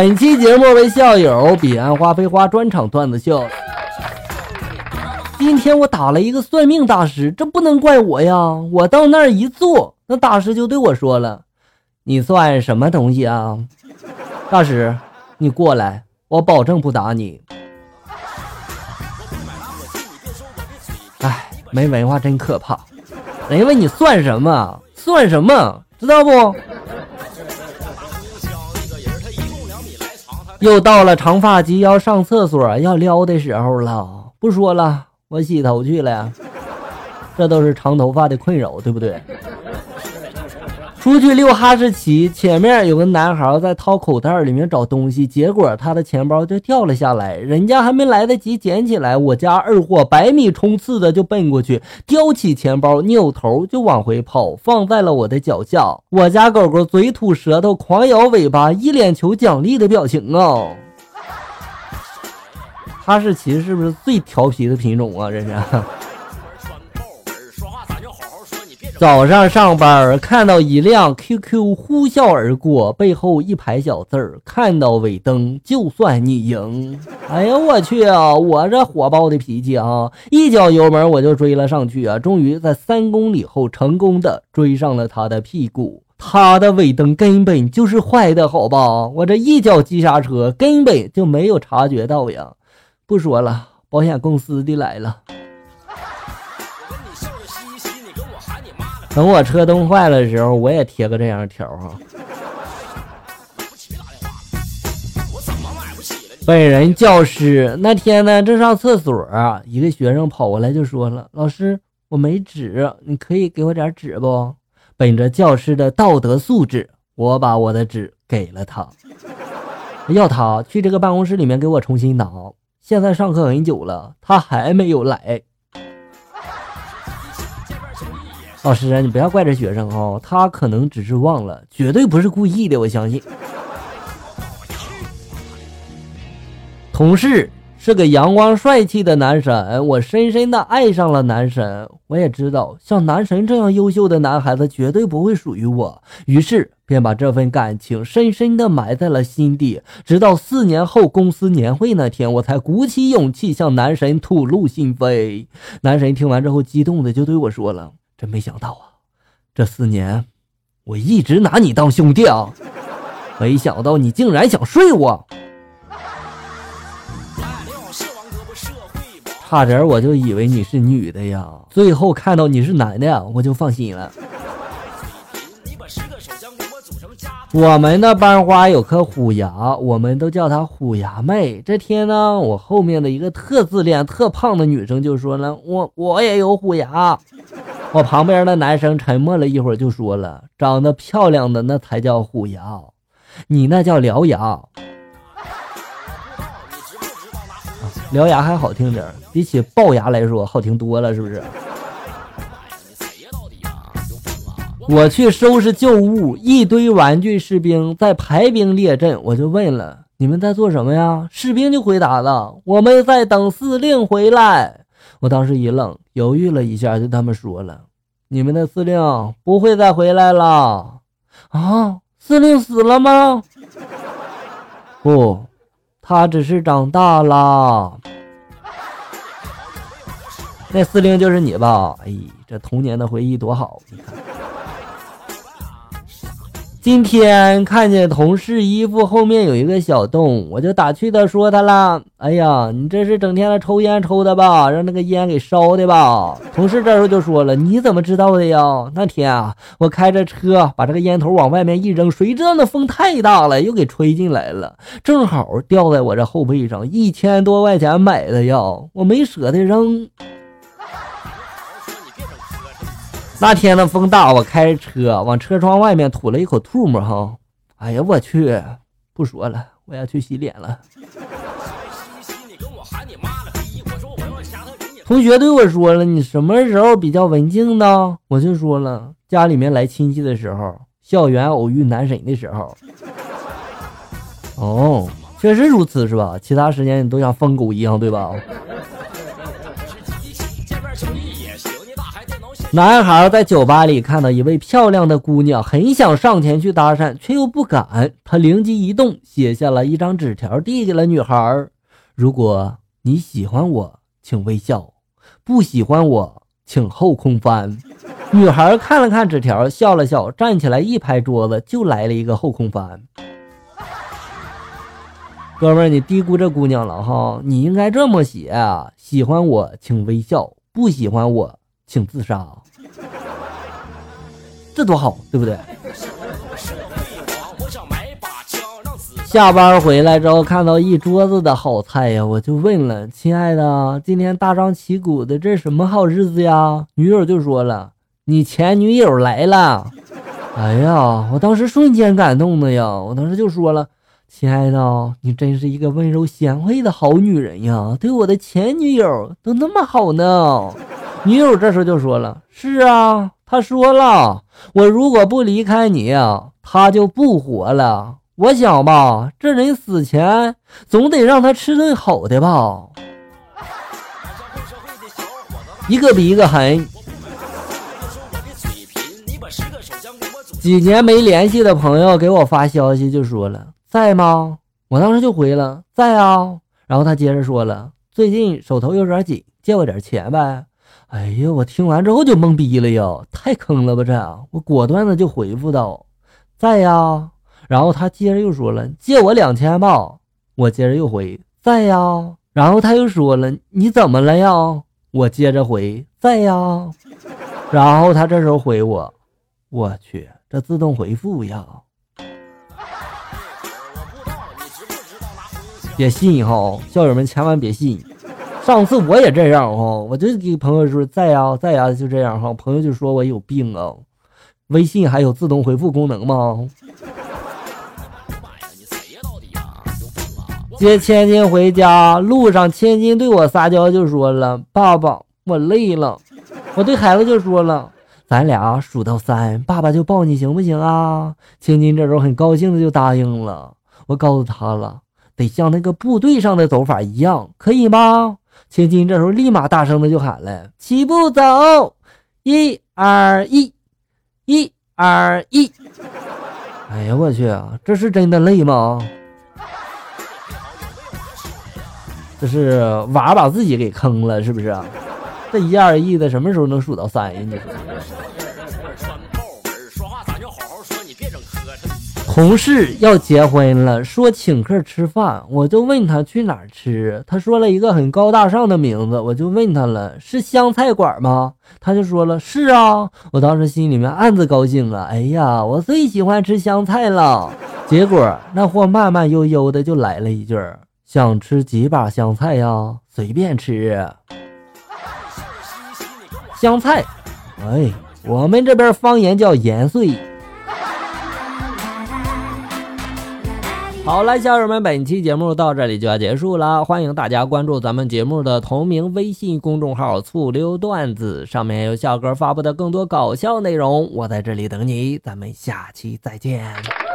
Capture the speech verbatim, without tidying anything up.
本期节目为校友彼岸花飞花专场段子秀。今天我打了一个算命大师，这不能怪我呀，我到那儿一坐，那大师就对我说了，你算什么东西啊？大师你过来，我保证不打你。哎，没文化真可怕。人家问你算什么？算什么？知道不？又到了长发及腰上厕所要撩的时候了，不说了，我洗头去了呀。这都是长头发的困扰，对不对？出去溜哈士奇，前面有个男孩在掏口袋里面找东西，结果他的钱包就掉了下来，人家还没来得及捡起来，我家二货百米冲刺的就奔过去，叼起钱包，扭头就往回跑，放在了我的脚下。我家狗狗嘴吐舌头，狂摇尾巴，一脸求奖励的表情哦。哈士奇是不是最调皮的品种啊？这是。早上上班看到一辆 Q Q 呼啸而过，背后一排小字儿，看到尾灯就算你赢。哎呀我去啊，我这火爆的脾气啊，一脚油门我就追了上去啊，终于在三公里后成功的追上了他的屁股。他的尾灯根本就是坏的好吧，我这一脚急刹车根本就没有察觉到呀。不说了，保险公司的来了。等我车灯坏了的时候，我也贴个这样的条啊。本人教师那天呢，正上厕所啊，一个学生跑过来就说了：“老师，我没纸，你可以给我点纸不？”本着教师的道德素质，我把我的纸给了他，要他去这个办公室里面给我重新拿。现在上课很久了，他还没有来。老师啊，你不要怪这学生哦，他可能只是忘了，绝对不是故意的，我相信。同事是个阳光帅气的男神，我深深的爱上了男神。我也知道像男神这样优秀的男孩子绝对不会属于我，于是便把这份感情深深的埋在了心底，直到四年后公司年会那天，我才鼓起勇气向男神吐露心扉。男神听完之后激动的就对我说了，真没想到啊，这四年我一直拿你当兄弟啊，没想到你竟然想睡我。差点我就以为你是女的呀，最后看到你是男的呀，我就放心了。我们的班花有颗虎牙，我们都叫她虎牙妹。这天呢，我后面的一个特自恋特胖的女生就说了，我我也有虎牙。我旁边的男生沉默了一会儿就说了，长得漂亮的那才叫虎牙，你那叫獠牙。啊，獠牙还好听点，比起龅牙来说好听多了，是不是？我去收拾旧物，一堆玩具士兵在排兵列阵，我就问了，你们在做什么呀？士兵就回答了，我们在等司令回来。我当时一愣，犹豫了一下，就他们说了，你们的司令不会再回来了。啊，司令死了吗？不，他只是长大了。那司令就是你吧？哎，这童年的回忆多好，你看。今天看见同事衣服后面有一个小洞，我就打趣的说他了，哎呀，你这是整天的抽烟抽的吧，让那个烟给烧的吧。同事这时候就说了，你怎么知道的呀？那天啊，我开着车把这个烟头往外面一扔，谁知道那风太大了，又给吹进来了，正好掉在我这后背上，一千多块钱买的呀，我没舍得扔。那天的风大，我开着车往车窗外面吐了一口吐沫哈，哎呀我去，不说了，我要去洗脸了。同学对我说了，你什么时候比较文静呢？我就说了，家里面来亲戚的时候，校园偶遇男神的时候。哦，确实如此是吧？其他时间你都像疯狗一样对吧？ 男孩在酒吧里看到一位漂亮的姑娘，很想上前去搭讪，却又不敢。他灵机一动，写下了一张纸条递给了女孩：如果你喜欢我，请微笑，不喜欢我，请后空翻。女孩看了看纸条，笑了笑，站起来一拍桌子，就来了一个后空翻。哥们儿，你低估这姑娘了哈！你应该这么写啊：喜欢我请微笑，不喜欢我请自杀。这多好，对不对？下班回来之后看到一桌子的好菜呀，我就问了：亲爱的，今天大张旗鼓的，这是什么好日子呀？女友就说了：你前女友来了。哎呀，我当时瞬间感动的呀，我当时就说了：亲爱的，你真是一个温柔贤惠的好女人呀，对我的前女友都那么好呢。女友这时候就说了：是啊，他说了，我如果不离开你啊，他就不活了。我想吧，这人死前总得让他吃顿好的吧。一个比一个狠。几年没联系的朋友给我发消息就说了：在吗？我当时就回了：在啊。然后他接着说了：最近手头有点紧，借我点钱呗。哎呀，我听完之后就懵逼了呀，太坑了吧这样。我果断的就回复道：在呀。然后他接着又说了：借我两千吧。我接着又回：在呀。然后他又说了：你怎么了呀？我接着回：在呀。然后他这时候回我：我去，这自动回复呀。别信哈，校友们千万别信。上次我也这样哈，我就给朋友说在呀在呀，就这样哈，朋友就说我有病啊。微信还有自动回复功能吗？接千金回家路上，千金对我撒娇就说了：爸爸，我累了。我对孩子就说了：咱俩数到三，爸爸就抱你行不行啊？千金这时候很高兴的就答应了。我告诉他了，得像那个部队上的走法一样，可以吗？千金这时候立马大声的就喊了：起步走，一二一，一二一。哎呀我去，这是真的累吗？这是娃把自己给坑了是不是？这一二一的什么时候能数到三呀？你说同事要结婚了，说请客吃饭，我就问他去哪儿吃，他说了一个很高大上的名字，我就问他了：是湘菜馆吗？他就说了：是啊。我当时心里面暗自高兴啊，哎呀，我最喜欢吃湘菜了。结果那货慢慢悠悠的就来了一句：想吃几把香菜呀？随便吃。香菜，哎，我们这边方言叫盐碎。好了，小友们，本期节目到这里就要结束了，欢迎大家关注咱们节目的同名微信公众号醋溜段子，上面有笑哥发布的更多搞笑内容，我在这里等你，咱们下期再见。